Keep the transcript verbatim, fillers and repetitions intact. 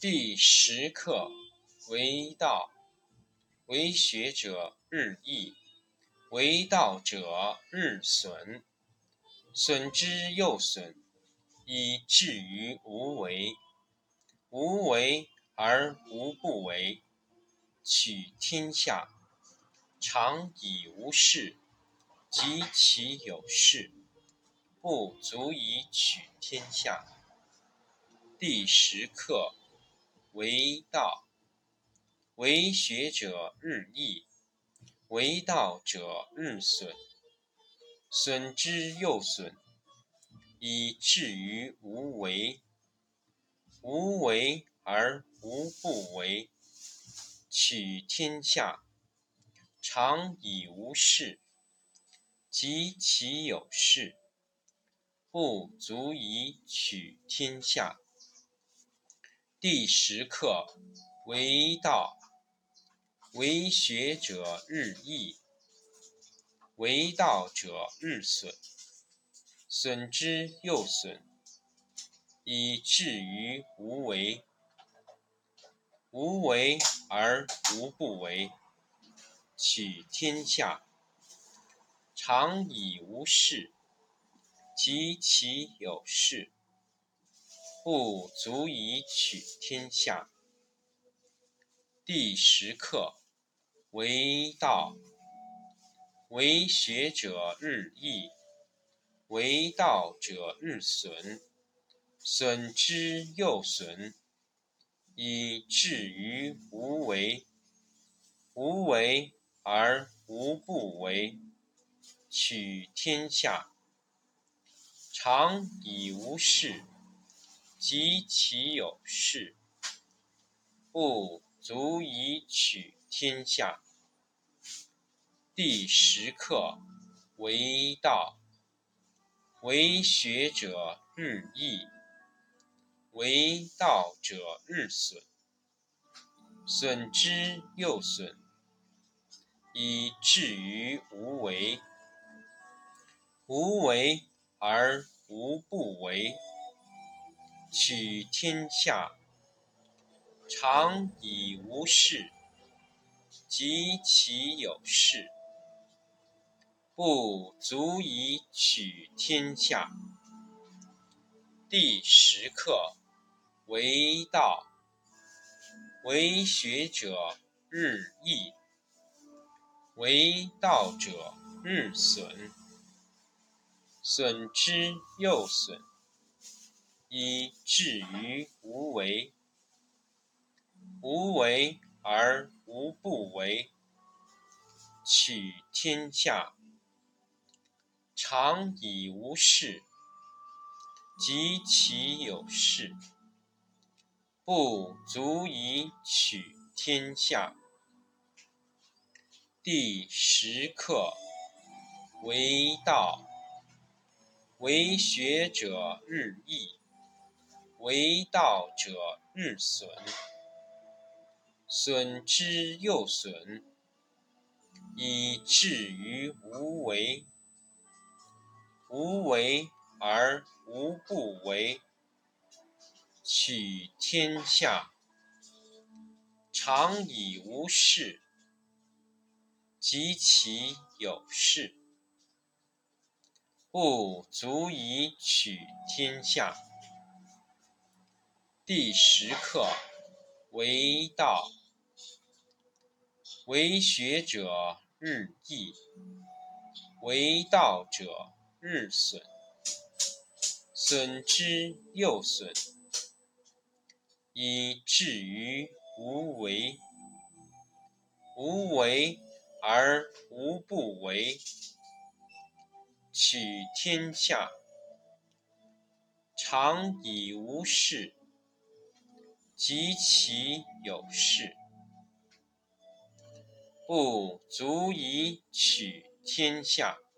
第十课为道，为学者日益，为道者日损，损之又损，以至于无为。无为而无不为，取天下常以无事，及其有事，不足以取天下。第十课为道，为学者日益，为道者日损，损之又损，以至于无为。无为而无不为，取天下常以无事，及其有事，不足以取天下。第十课为道，为学者日益，为道者日损，损之又损，以至于无为。无为而无不为，取天下常以无事，及其有事，不足以取天下。第十课为道，为学者日益，为道者日损，损之又损，以至于无为。无为而无不为，取天下常以无事，及其有事，不足以取天下。第十课为道，为学者日益，为道者日损，损之又损，以至于无为。无为而无不为，取天下常以无事，及其有事，不足以取天下。第十课为道，为学者日益，为道者日损，损之又损，以至于无为。无为而无不为，取天下常以无事，及其有事，不足以取天下。第十课为道，为学者日益，为道者日损，损之又损，以至于无为。无为而无不为，取天下常以无事，及其有事，不足以取天下。第十课为道，为学者日益，为道者日损，损之又损，以至于无为。无为而无不为，取天下常以无事，及其有事，不足以取天下。